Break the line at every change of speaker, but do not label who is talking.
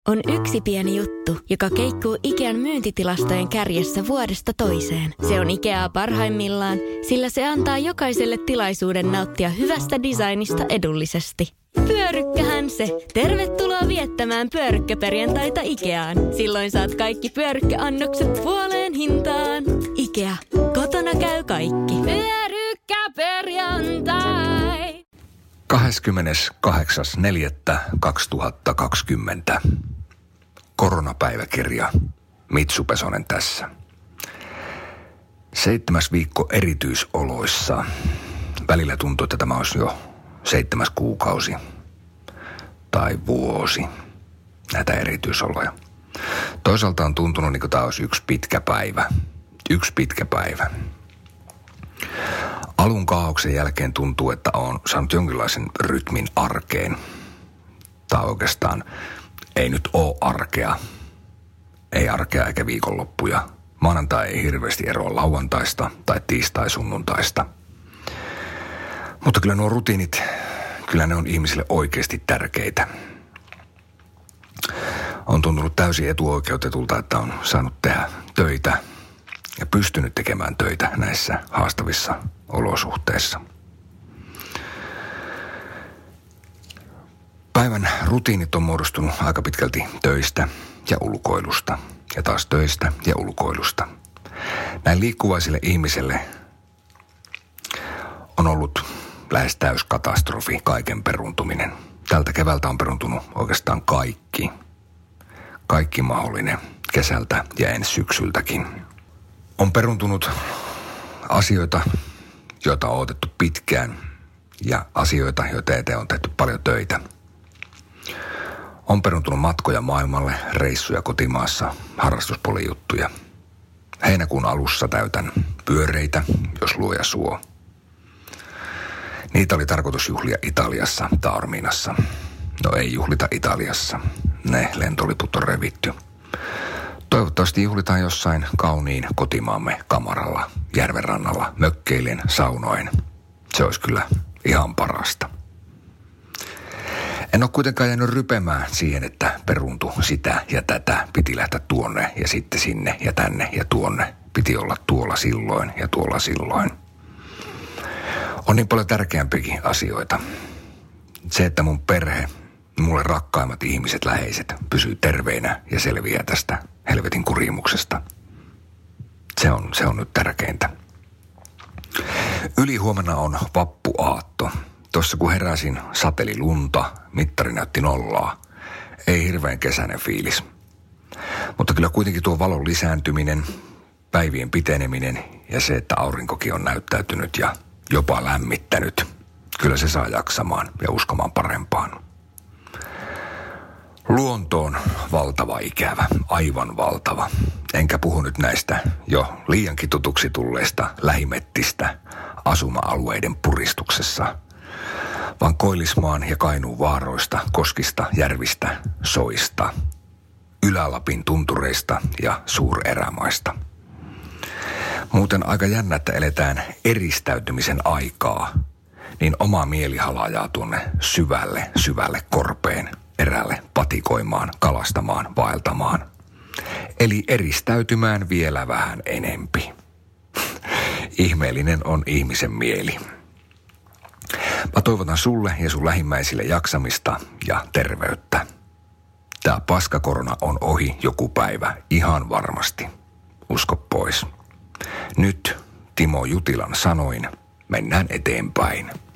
On yksi pieni juttu, joka keikkuu Ikean myyntitilastojen kärjessä vuodesta toiseen. Se on Ikeaa parhaimmillaan, sillä se antaa jokaiselle tilaisuuden nauttia hyvästä designista edullisesti. Pyörykkähän se! Tervetuloa viettämään pyörykkäperjantaita Ikeaan. Silloin saat kaikki pyörykkäannokset puoleen hintaan. Ikea. Kotona käy kaikki. Pyörykkäperjantai!
28.4.2020. Koronapäiväkirja. Mitsu Pesonen tässä. 7. viikko erityisoloissa. Välillä tuntuu, että tämä olisi jo 7. kuukausi tai vuosi näitä erityisoloja. Toisaalta on tuntunut, niin kuin tämä olisi yksi pitkä päivä. Yksi pitkä päivä. Alun kaaoksen jälkeen tuntuu, että on saanut jonkinlaisen rytmin arkeen. Tai oikeastaan ei nyt ole arkea. Ei arkea eikä viikonloppuja. Maanantai ei hirveästi eroa lauantaista tai tiistai-sunnuntaista. Mutta kyllä nuo rutiinit, kyllä ne on ihmisille oikeasti tärkeitä. On tuntunut täysin etuoikeutetulta, että on saanut tehdä töitä ja pystynyt tekemään töitä näissä haastavissa olosuhteissa. Päivän rutiinit on muodostunut aika pitkälti töistä ja ulkoilusta ja taas töistä ja ulkoilusta. Näin liikkuvaisille ihmisille on ollut lähes täyskatastrofi kaiken peruuntuminen. Tältä keväältä on peruuntunut oikeastaan kaikki. Kaikki mahdollinen kesältä ja ensi syksyltäkin. On peruuntunut asioita, joita on odotettu pitkään ja asioita, joita eteen on tehty paljon töitä. On peruuntunut matkoja maailmalle, reissuja kotimaassa, harrastuspolijuttuja. Heinäkuun alussa täytän pyöreitä, jos luoja suo. Niitä oli tarkoitus juhlia Italiassa, Taorminassa. No ei juhlita Italiassa. Ne lentoliput on revitty. Toivottavasti juhlitaan jossain kauniin kotimaamme kamaralla, järvenrannalla, mökkeilen, saunoen. Se olisi kyllä ihan parasta. En ole kuitenkaan jäänyt rypemään siihen, että peruuntu sitä ja tätä. Piti lähteä tuonne ja sitten sinne ja tänne ja tuonne. Piti olla tuolla silloin ja tuolla silloin. On niin paljon tärkeämpiäkin asioita. Se, että mun perhe, mulle rakkaimmat ihmiset, läheiset, pysyy terveinä ja selviää tästä helvetin kurimuksesta. Se on nyt tärkeintä. Ylihuomenna on vappuaatto. Tuossa kun heräsin, sateli lunta, mittari näytti 0. Ei hirveän kesäinen fiilis. Mutta kyllä kuitenkin tuo valon lisääntyminen, päivien piteneminen ja se, että aurinkokin on näyttäytynyt ja jopa lämmittänyt. Kyllä se saa jaksamaan ja uskomaan parempaan. Luonto on valtava ikävä, aivan valtava. Enkä puhu nyt näistä jo liiankin tutuksi tulleista lähimettistä asuma-alueiden puristuksessa, vaan Koillismaan ja Kainuun vaaroista, koskista, järvistä, soista, Ylä-Lapin tuntureista ja suurerämaista. Muuten aika jännä, että eletään eristäytymisen aikaa, niin oma mieli halajaa tuonne syvälle korpeen, erälle patikoimaan, kalastamaan, vaeltamaan. Eli eristäytymään vielä vähän enempi. Ihmeellinen on ihmisen mieli. Mä toivotan sulle ja sun lähimmäisille jaksamista ja terveyttä. Tää paskakorona on ohi joku päivä, ihan varmasti. Usko pois. Nyt Timo Jutilan sanoin, mennään eteenpäin.